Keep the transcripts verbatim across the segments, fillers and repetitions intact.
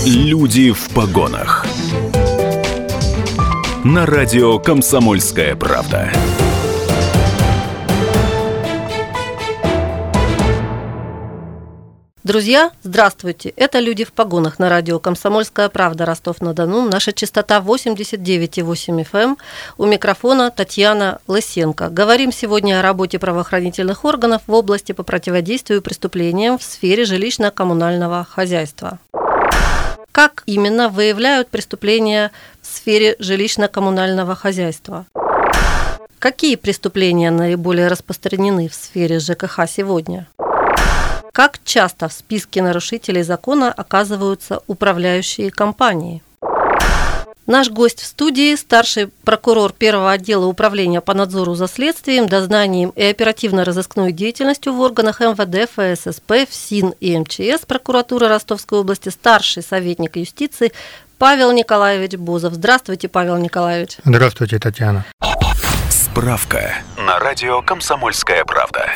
Люди в погонах. На радио «Комсомольская правда». Друзья, здравствуйте! Это «Люди в погонах» на радио «Комсомольская правда», Ростов-на-Дону. Наша частота восемьдесят девять и восемь эф эм. У микрофона Татьяна Лысенко. Говорим сегодня о работе правоохранительных органов в области по противодействию преступлениям в сфере жилищно-коммунального хозяйства. Как именно выявляют преступления в сфере жилищно-коммунального хозяйства? Какие преступления наиболее распространены в сфере ЖКХ сегодня? Как часто в списке нарушителей закона оказываются управляющие компании? Наш гость в студии – старший прокурор первого отдела управления по надзору за следствием, дознанием и оперативно-розыскной деятельностью в органах эм вэ дэ, эф эс эс пэ, ФСИН и эм че эс прокуратуры Ростовской области, старший советник юстиции Павел Николаевич Бозов. Здравствуйте, Павел Николаевич. Здравствуйте, Татьяна. Справка на радио «Комсомольская правда».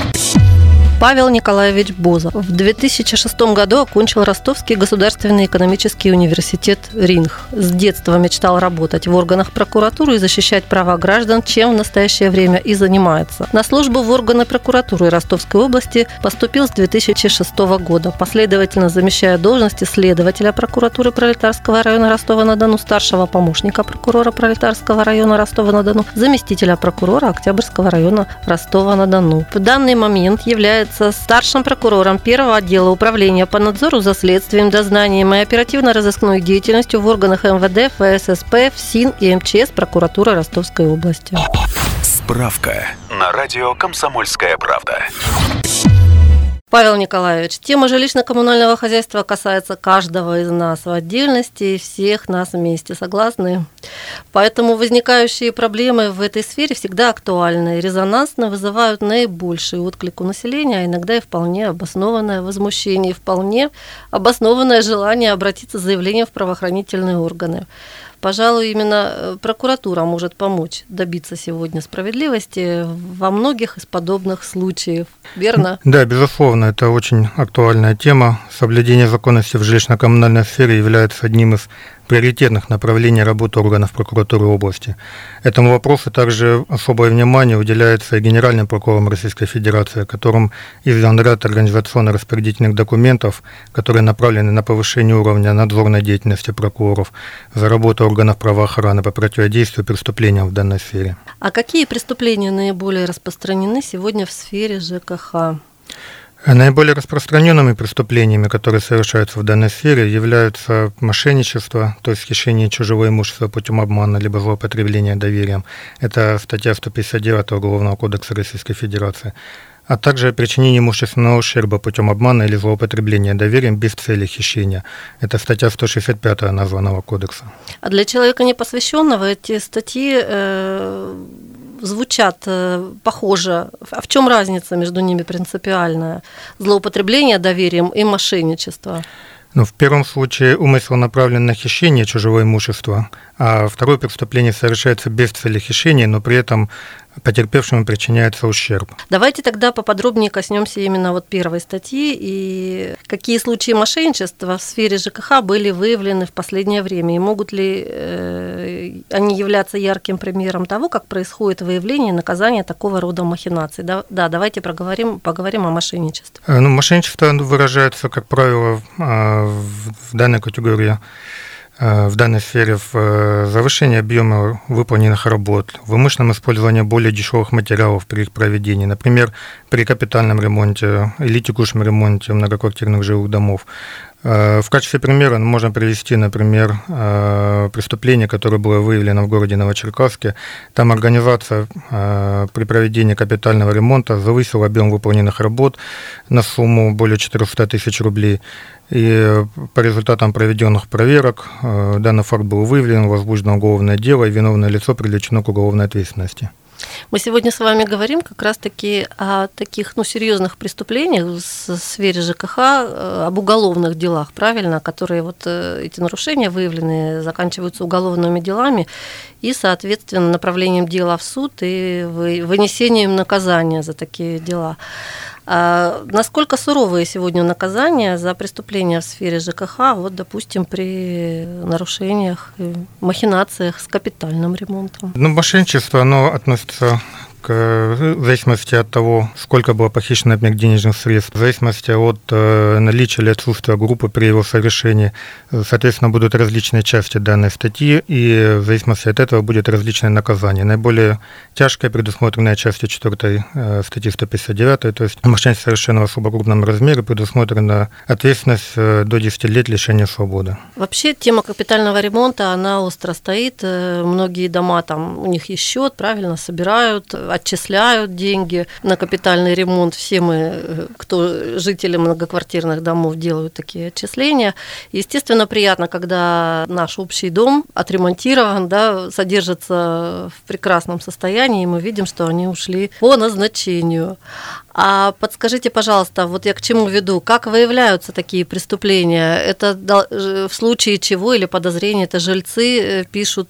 Павел Николаевич Бозов в две тысячи шестом году окончил Ростовский государственный экономический университет РИНХ. С детства мечтал работать в органах прокуратуры и защищать права граждан, чем в настоящее время и занимается. На службу в органы прокуратуры Ростовской области поступил с две тысячи шестого года, последовательно замещая должности следователя прокуратуры Пролетарского района Ростова-на-Дону, старшего помощника прокурора Пролетарского района Ростова-на-Дону, заместителя прокурора Октябрьского района Ростова-на-Дону. В данный момент является старшим прокурором первого отдела управления по надзору за следствием, дознанием и оперативно-розыскной деятельностью в органах эм вэ дэ, эф эс эс пэ, ФСИН и эм че эс прокуратуры Ростовской области. Справка на радио «Комсомольская правда». Павел Николаевич, тема жилищно-коммунального хозяйства касается каждого из нас в отдельности и всех нас вместе, согласны? Поэтому возникающие проблемы в этой сфере всегда актуальны и резонансно вызывают наибольший отклик у населения, а иногда и вполне обоснованное возмущение, и вполне обоснованное желание обратиться с заявлением в правоохранительные органы. Пожалуй, именно прокуратура может помочь добиться сегодня справедливости во многих из подобных случаев, верно? Да, безусловно, это очень актуальная тема. Соблюдение законности в жилищно-коммунальной сфере является одним из приоритетных направлений работы органов прокуратуры области. Этому вопросу также особое внимание уделяется и Генеральным прокурором Российской Федерации, которым издан ряд организационно-распорядительных документов, которые направлены на повышение уровня надзорной деятельности прокуроров за работу органов правоохраны по противодействию преступлениям в данной сфере. А какие преступления наиболее распространены сегодня в сфере ЖКХ? Наиболее распространенными преступлениями, которые совершаются в данной сфере, являются мошенничество, то есть хищение чужого имущества путем обмана либо злоупотребления доверием. Это статья сто пятьдесят девять Уголовного кодекса Российской Федерации. А также причинение имущественного ущерба путем обмана или злоупотребления доверием без цели хищения. Это статья сто шестьдесят пять названного кодекса. А для человека непосвященного эти статьи э, звучат э, похоже. А в чем разница между ними принципиальная? Злоупотребление доверием и мошенничество? Ну, в первом случае умысел направлен на хищение чужого имущества, а второе преступление совершается без цели хищения, но при этом потерпевшему причиняется ущерб. Давайте тогда поподробнее коснемся именно вот первой статьи и какие случаи мошенничества в сфере ЖКХ были выявлены в последнее время, и могут ли э, они являться ярким примером того, как происходит выявление и наказание такого рода махинаций. Да, да, давайте проговорим, поговорим о мошенничестве. Ну, мошенничество выражается, как правило, в данной категории, в данной сфере в завышении объема выполненных работ, в умышленном использовании более дешевых материалов при их проведении, например, при капитальном ремонте или текущем ремонте многоквартирных жилых домов. В качестве примера можно привести, например, преступление, которое было выявлено в городе Новочеркасске. Там организация при проведении капитального ремонта завысила объем выполненных работ на сумму более четыреста тысяч рублей. И по результатам проведенных проверок данный факт был выявлен, возбуждено уголовное дело, и виновное лицо привлечено к уголовной ответственности. Мы сегодня с вами говорим как раз-таки о таких ну, серьезных преступлениях в сфере ЖКХ, об уголовных делах, правильно, которые вот эти нарушения выявлены, заканчиваются уголовными делами и, соответственно, направлением дела в суд и вынесением наказания за такие дела. А насколько суровые сегодня наказания за преступления в сфере ЖКХ, вот, допустим, при нарушениях и махинациях с капитальным ремонтом? Ну, мошенничество, оно относится к, в зависимости от того, сколько было похищено, например, денежных средств, в зависимости от э, наличия или отсутствия группы при его совершении, соответственно, будут различные части данной статьи, и в зависимости от этого будет различное наказание. Наиболее тяжкое предусмотренное частью четвёртой э, статьи сто пятьдесят девять, то есть мошенничество, совершенное в особо крупном размере, предусмотрена ответственность э, до десяти лет лишения свободы. Вообще тема капитального ремонта, она остро стоит. Многие дома, там у них есть счет, правильно собирают, отчисляют деньги на капитальный ремонт. Все мы, кто жители многоквартирных домов, делают такие отчисления. Естественно, приятно, когда наш общий дом отремонтирован, да, содержится в прекрасном состоянии, и мы видим, что они ушли по назначению. А подскажите, пожалуйста, вот я к чему веду, как выявляются такие преступления? Это в случае чего или подозрения, это жильцы пишут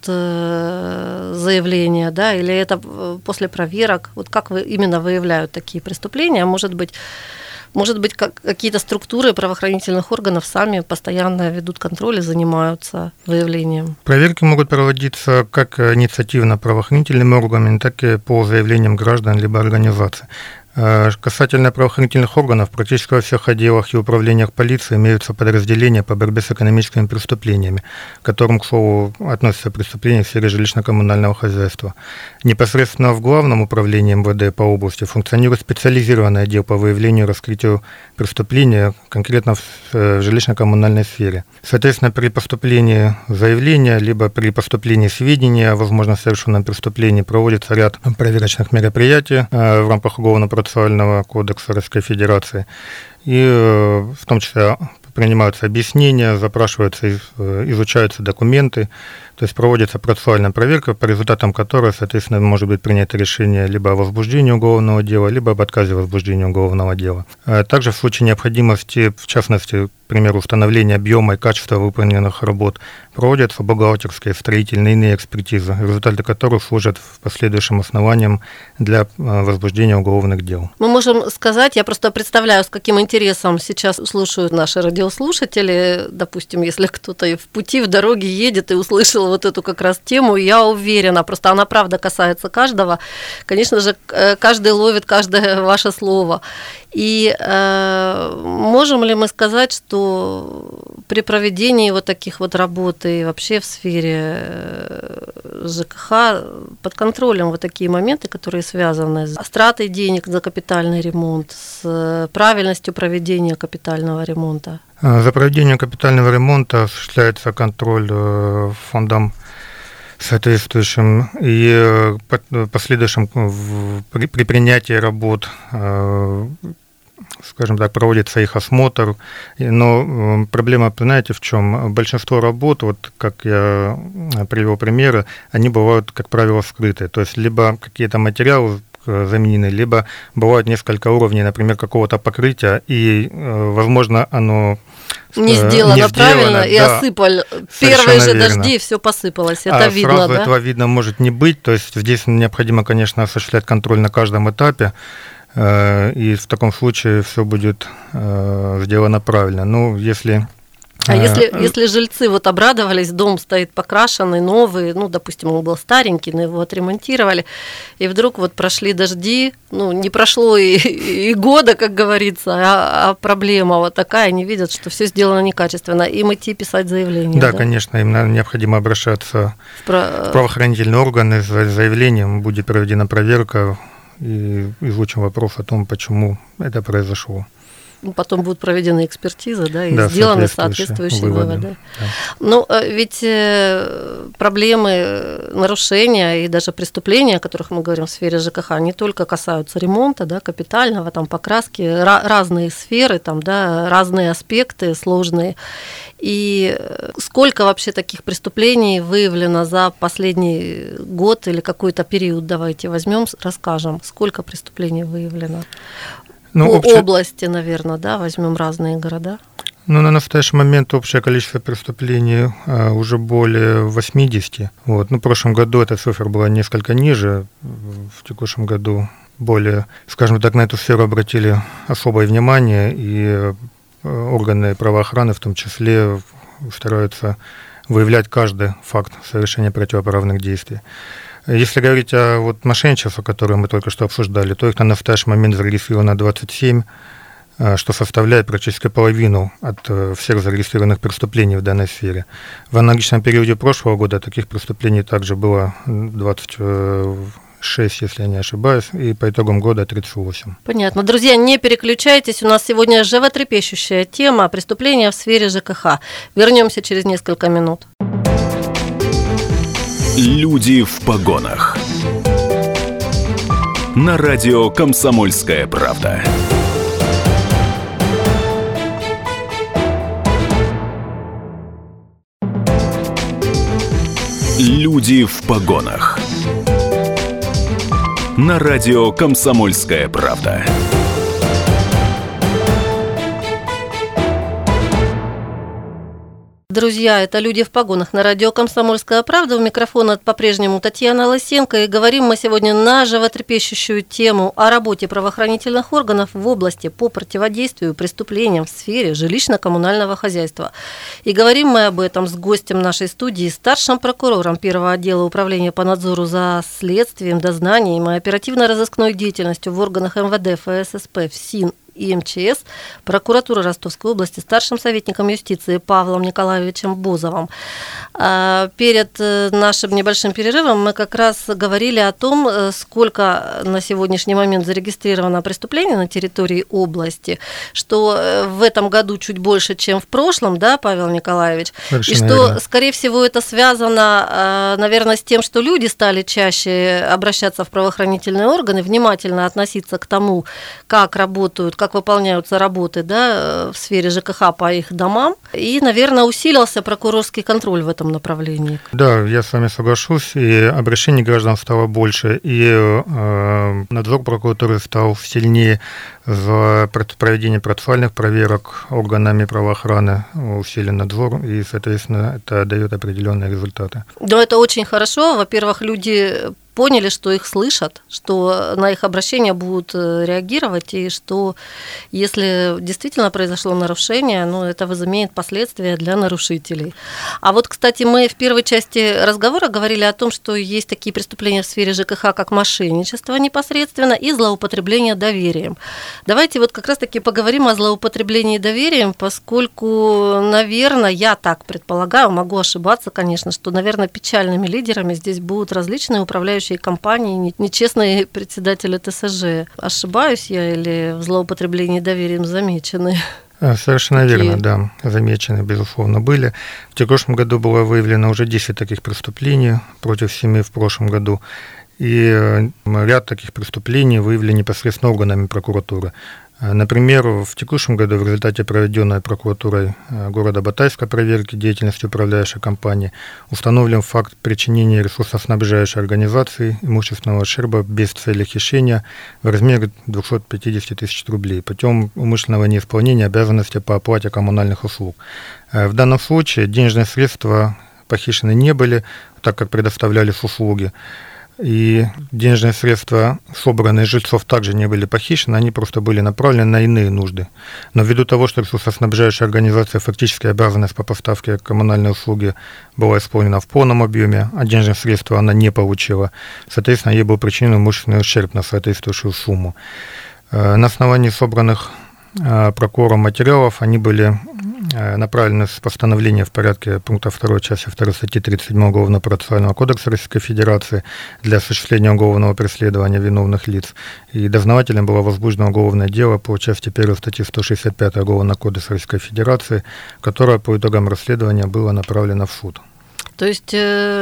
заявления, да, или это после проверок? Вот как вы именно выявляют такие преступления? Может быть, может быть, как, какие-то структуры правоохранительных органов сами постоянно ведут контроль и занимаются выявлением? Проверки могут проводиться как инициативно правоохранительными органами, так и по заявлениям граждан либо организаций. Касательно правоохранительных органов, практически во всех отделах и управлениях полиции имеются подразделения по борьбе с экономическими преступлениями, к которым, к слову, относятся преступления в сфере жилищно-коммунального хозяйства. Непосредственно в Главном управлении эм вэ дэ по области функционирует специализированный отдел по выявлению и раскрытию преступления, конкретно в жилищно-коммунальной сфере. Соответственно, при поступлении заявления, либо при поступлении сведения о возможно совершенном преступлении проводится ряд проверочных мероприятий в рамках уголовно процессуального кодекса Российской Федерации, и в том числе принимаются объяснения, запрашиваются, изучаются документы, то есть проводится процессуальная проверка, по результатам которой, соответственно, может быть принято решение либо о возбуждении уголовного дела, либо об отказе в возбуждении уголовного дела. Также в случае необходимости, в частности, к примеру, установления объема и качества выполненных работ, проводятся бухгалтерские, строительные и иные экспертизы, результаты которых служат в последующем основанием для возбуждения уголовных дел. Мы можем сказать, я просто представляю, с каким интересом сейчас слушают наши радиослушатели, допустим, если кто-то в пути, в дороге едет и услышал вот эту как раз тему, я уверена, просто она правда касается каждого, конечно же, каждый ловит каждое ваше слово. И э, можем ли мы сказать, что при проведении вот таких вот работ и вообще в сфере ЖКХ под контролем вот такие моменты, которые связаны с тратой денег за капитальный ремонт, с правильностью проведения капитального ремонта? За проведением капитального ремонта осуществляется контроль фондом соответствующим, и последующим при, при принятии работ, скажем так, проводится их осмотр. Но проблема, знаете, в чем? Большинство работ, вот как я привел примеры, они бывают, как правило, скрыты. То есть либо какие-то материалы заменены, либо бывают несколько уровней, например, какого-то покрытия, и, возможно, оно не сделано не правильно, сделано, и да, осыпали. Первые же верно. Дожди, все посыпалось. Это а видно, сразу да? этого видно может не быть. То есть здесь необходимо, конечно, осуществлять контроль на каждом этапе, и в таком случае все будет сделано правильно. Ну, если... А если, если жильцы вот обрадовались, дом стоит покрашенный, новый, ну, допустим, он был старенький, но его отремонтировали, и вдруг вот прошли дожди, ну, не прошло и, и года, как говорится, а, а проблема вот такая, они видят, что все сделано некачественно, им идти писать заявление. Да, да? конечно, им необходимо обращаться в, Про... в правоохранительные органы с заявлением, будет проведена проверка, и изучим вопрос о том, почему это произошло. Потом будут проведены экспертизы, да, и да, сделаны соответствующие выводы. выводы. Да. Но ведь проблемы, нарушения и даже преступления, о которых мы говорим в сфере ЖКХ, не только касаются ремонта, да, капитального, там, покраски, разные сферы, там, да, разные аспекты сложные. И сколько вообще таких преступлений выявлено за последний год или какой-то период, давайте возьмем, расскажем, сколько преступлений выявлено? Ну, по обще... области, наверное, да, возьмем разные города. Ну, на настоящий момент общее количество преступлений а, уже более восьмидесяти. Вот. Ну, в прошлом году эта цифра была несколько ниже, в текущем году более, скажем так, на эту сферу обратили особое внимание, и органы правоохраны в том числе стараются выявлять каждый факт совершения противоправных действий. Если говорить о вот мошенничестве, которое мы только что обсуждали, то их на настоящий момент зарегистрировано двадцать семь, что составляет практически половину от всех зарегистрированных преступлений в данной сфере. В аналогичном периоде прошлого года таких преступлений также было двадцать шесть, если я не ошибаюсь, и по итогам года тридцать восемь. Понятно. Друзья, не переключайтесь, у нас сегодня животрепещущая тема преступления в сфере ЖКХ. Вернемся через несколько минут. Люди в погонах. На радио «Комсомольская правда». Люди в погонах. На радио «Комсомольская правда». Друзья, это «Люди в погонах» на радио «Комсомольская правда». У микрофона по-прежнему Татьяна Лысенко. И говорим мы сегодня на животрепещущую тему о работе правоохранительных органов в области по противодействию преступлениям в сфере жилищно-коммунального хозяйства. И говорим мы об этом с гостем нашей студии, старшим прокурором первого отдела управления по надзору за следствием, дознанием и оперативно-розыскной деятельностью в органах эм вэ дэ, эф эс эс пэ, ФСИН и эм че эс прокуратуры Ростовской области старшим советником юстиции Павлом Николаевичем Бозовым. Перед нашим небольшим перерывом мы как раз говорили о том, сколько на сегодняшний момент зарегистрировано преступлений на территории области, что в этом году чуть больше, чем в прошлом, да, Павел Николаевич, Совершенно и что, верно. скорее всего, это связано, наверное, с тем, что люди стали чаще обращаться в правоохранительные органы, внимательно относиться к тому, как работают, как выполняются работы, да, в сфере ЖКХ по их домам, и, наверное, усилился прокурорский контроль в этом направлении. Да, я с вами соглашусь, и обращений граждан стало больше, и э, надзор прокуратуры стал сильнее за проведение процессуальных проверок органами правоохраны, усилен надзор, и, соответственно, это дает определенные результаты. Но это очень хорошо. Во-первых, люди поняли, что их слышат, что на их обращения будут реагировать, и что если действительно произошло нарушение, ну, это возымеет последствия для нарушителей. А вот, кстати, мы в первой части разговора говорили о том, что есть такие преступления в сфере ЖКХ, как мошенничество непосредственно и злоупотребление доверием. Давайте вот как раз-таки поговорим о злоупотреблении доверием, поскольку, наверное, я так предполагаю, могу ошибаться, конечно, что, наверное, печальными лидерами здесь будут различные управляющие компании, нечестные председатели тэ эс жэ. Ошибаюсь я или в злоупотреблении доверием замечены? Совершенно Такие. верно, да, замечены, безусловно, были. В текущем году было выявлено уже десять таких преступлений против семи в прошлом году. И ряд таких преступлений выявлены непосредственно органами прокуратуры. Например, в текущем году в результате проведенной прокуратурой города Батайска проверки деятельности управляющей компании установлен факт причинения ресурсоснабжающей организации имущественного ущерба без цели хищения в размере двести пятьдесят тысяч рублей путем умышленного неисполнения обязанностей по оплате коммунальных услуг. В данном случае денежные средства похищены не были, так как предоставлялись услуги. И денежные средства, собранные из жильцов, также не были похищены, они просто были направлены на иные нужды. Но ввиду того, что ресурсоснабжающая организация фактически обязанность по поставке коммунальной услуги была исполнена в полном объеме, а денежные средства она не получила, соответственно, ей был причинен имущественный ущерб на соответствующую сумму. На основании собранных прокурором материалов они были направлены с постановления в порядке пункта второй части второй статьи тридцать седьмого Уголовного процессуального кодекса Российской Федерации для осуществления уголовного преследования виновных лиц. И дознавателем было возбуждено уголовное дело по части первой статьи сто шестьдесят пять Уголовного кодекса Российской Федерации, которое по итогам расследования было направлено в суд. То есть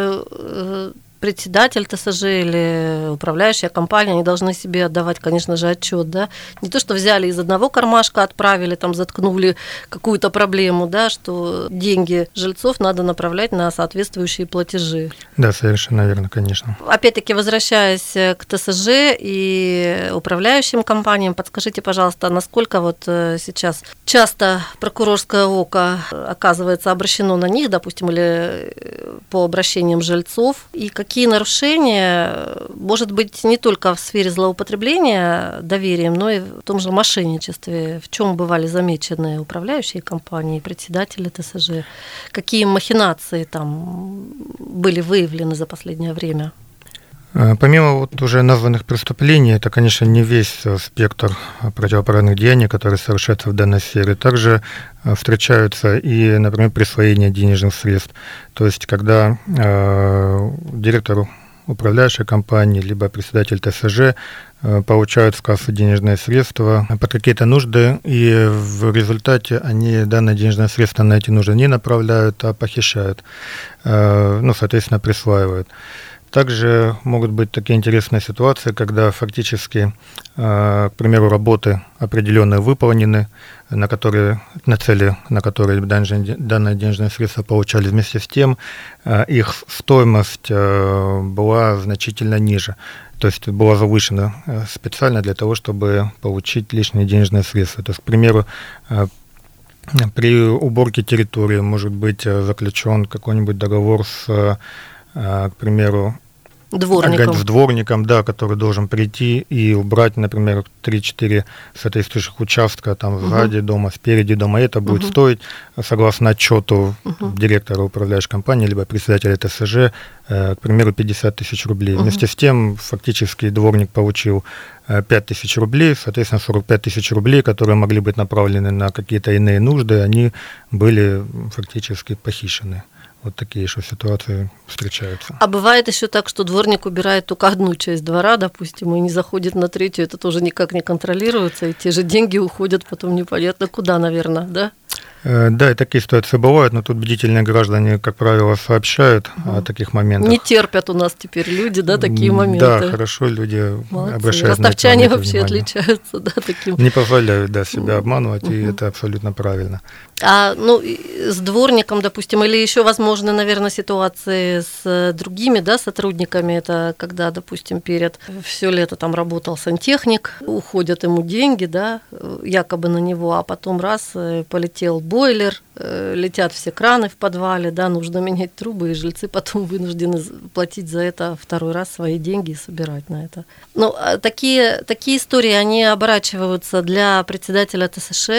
э, председатель тэ эс жэ или управляющая компания, они должны себе отдавать, конечно же, отчет, да, не то, что взяли из одного кармашка, отправили, там, заткнули какую-то проблему, да, что деньги жильцов надо направлять на соответствующие платежи. Да, совершенно верно, конечно. Опять-таки, возвращаясь к тэ эс жэ и управляющим компаниям, подскажите, пожалуйста, насколько вот сейчас часто прокурорское око оказывается обращено на них, допустим, или по обращениям жильцов, и как такие нарушения, может быть, не только в сфере злоупотребления доверием, но и в том же мошенничестве. В чем бывали замечены управляющие компании, председатели ТСЖ? Какие махинации там были выявлены за последнее время? Помимо вот уже названных преступлений, это, конечно, не весь спектр противоправных деяний, которые совершаются в данной сфере. Также встречаются и, например, присвоение денежных средств. То есть, когда э, директор управляющей компании, либо председатель ТСЖ э, получают с кассы денежные средства под какие-то нужды, и в результате они данные денежные средства на эти нужды не направляют, а похищают, э, ну, соответственно, присваивают. Также могут быть такие интересные ситуации, когда фактически, к примеру, работы определенные выполнены, на, которые, на цели, на которые данные денежные средства получались, вместе с тем их стоимость была значительно ниже. То есть была завышена специально для того, чтобы получить лишние денежные средства. То есть, к примеру, при уборке территории может быть заключен какой-нибудь договор с, к примеру, Дворником. с дворником, да, который должен прийти и убрать, например, три-четыре соответствующих участка там угу. сзади дома, спереди дома. И это будет угу. стоить, согласно отчету угу. директора управляющей компании, либо председателя ТСЖ, к примеру, пятьдесят тысяч рублей. Угу. Вместе с тем, фактически, дворник получил пять тысяч рублей, соответственно, сорок пять тысяч рублей, которые могли быть направлены на какие-то иные нужды, они были фактически похищены. Вот такие еще ситуации встречаются. А бывает еще так, что дворник убирает только одну часть двора, допустим, и не заходит на третью, это тоже никак не контролируется, и те же деньги уходят потом непонятно куда, наверное, да? Да, и такие ситуации бывают, но тут бдительные граждане, как правило, сообщают угу. о таких моментах. Не терпят у нас теперь люди, да, такие моменты. Да, хорошо, люди Молодцы. Обращают Ростовчане вообще внимание. Отличаются, да, таким. Не позволяют, да, себя обманывать, угу. и это абсолютно правильно. А, ну, с дворником, допустим, или еще возможны, наверное, ситуации с другими, да, сотрудниками, это когда, допустим, перед все лето там работал сантехник, уходят ему деньги, да, якобы на него, а потом раз полетел бойлер, летят все краны в подвале, да, нужно менять трубы, и жильцы потом вынуждены платить за это второй раз свои деньги и собирать на это. Ну, такие, такие истории, они оборачиваются для председателя ТСЖ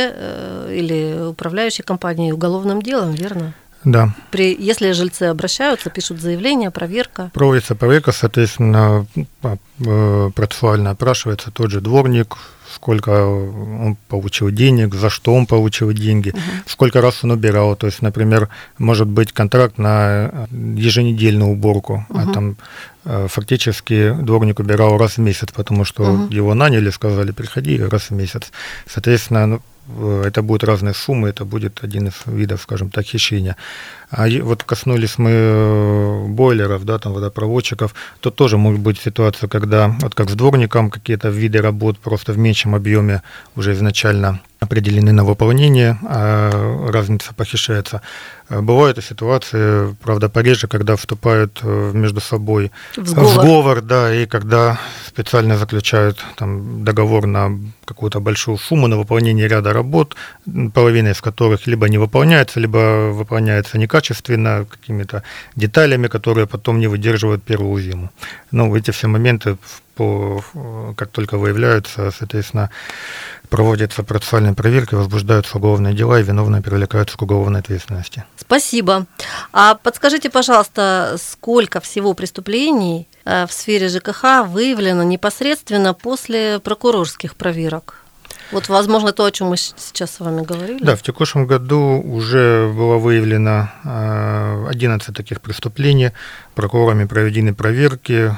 или управляющей компании уголовным делом, верно? Да. При, если жильцы обращаются, пишут заявление, проверка. Проводится проверка, соответственно, процессуально опрашивается тот же дворник, сколько он получил денег, за что он получил деньги, угу. сколько раз он убирал. То есть, например, может быть контракт на еженедельную уборку, угу. а там фактически дворник убирал раз в месяц, потому что угу. его наняли, сказали, приходи раз в месяц. Соответственно, ну, это будут разные суммы, это будет один из видов, скажем так, хищения. А вот коснулись мы бойлеров, да, там водопроводчиков, то тоже может быть ситуация, когда, вот как с дворником, какие-то виды работ просто в меньшем объеме уже изначально определены на выполнение, а разница похищается. Бывают и ситуации, правда, пореже, когда вступают между собой в сговор, в сговор, да, и когда специально заключают там договор на какую-то большую сумму на выполнение ряда работ, половина из которых либо не выполняется, либо выполняется некачественно, какими-то деталями, которые потом не выдерживают первую зиму. Ну, эти все моменты, по, как только выявляются, соответственно, проводятся процессуальные проверки, возбуждаются уголовные дела, и виновные привлекаются к уголовной ответственности. Спасибо. А подскажите, пожалуйста, сколько всего преступлений в сфере ЖКХ выявлено непосредственно после прокурорских проверок? Вот, возможно, то, о чем мы сейчас с вами говорили. Да, в текущем году уже было выявлено одиннадцать таких преступлений. Прокурорами проведены проверки,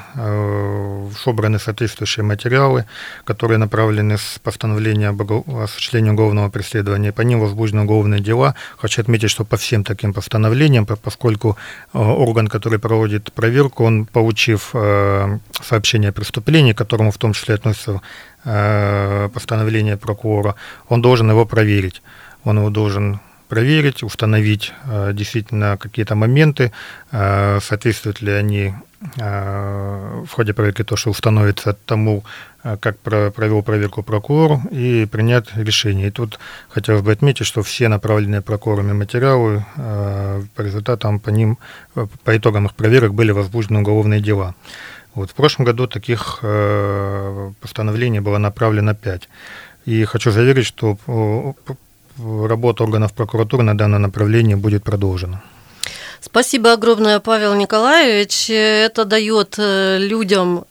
собраны соответствующие материалы, которые направлены с постановления об осуществлении уголовного преследования. По ним возбуждены уголовные дела. Хочу отметить, что по всем таким постановлениям, поскольку орган, который проводит проверку, он, получив сообщение о преступлении, к которому в том числе относится постановление прокурора, он должен его проверить. Он его должен проверить, установить действительно какие-то моменты, соответствуют ли они в ходе проверки то, что установится тому, как провел проверку прокурор, и принять решение. И тут хотелось бы отметить, что все направленные прокурорами материалы, по результатам по ним, по итогам их проверок были возбуждены уголовные дела. Вот. В прошлом году таких постановлений было направлено пять. И хочу заверить, что работа органов прокуратуры на данном направлении будет продолжена. Спасибо огромное, Павел Николаевич. Это дает людям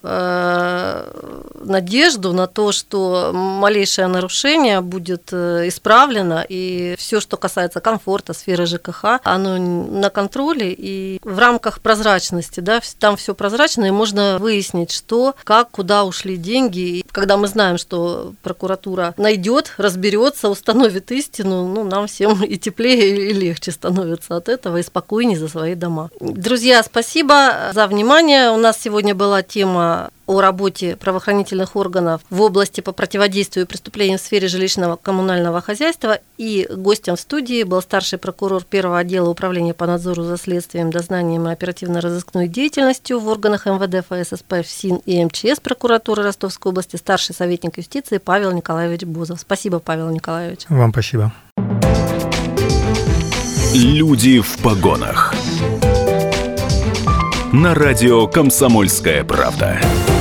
надежду на то, что малейшее нарушение будет исправлено, и все, что касается комфорта, сферы ЖКХ, оно на контроле и в рамках прозрачности, да, там все прозрачно, и можно выяснить, что, как, куда ушли деньги. И когда мы знаем, что прокуратура найдет, разберется, установит истину, ну, нам всем и теплее, и легче становится от этого, и спокойнее за свои дома. Друзья, спасибо за внимание. У нас сегодня была тема о работе правоохранительных органов в области по противодействию преступлениям в сфере жилищного коммунального хозяйства. И гостем в студии был старший прокурор первого отдела управления по надзору за следствием, дознанием и оперативно-розыскной деятельностью в органах МВД, ФССП, ФСИН и МЧС прокуратуры Ростовской области, старший советник юстиции Павел Николаевич Бузов. Спасибо, Павел Николаевич. Вам спасибо. Люди в погонах. На радио «Комсомольская правда».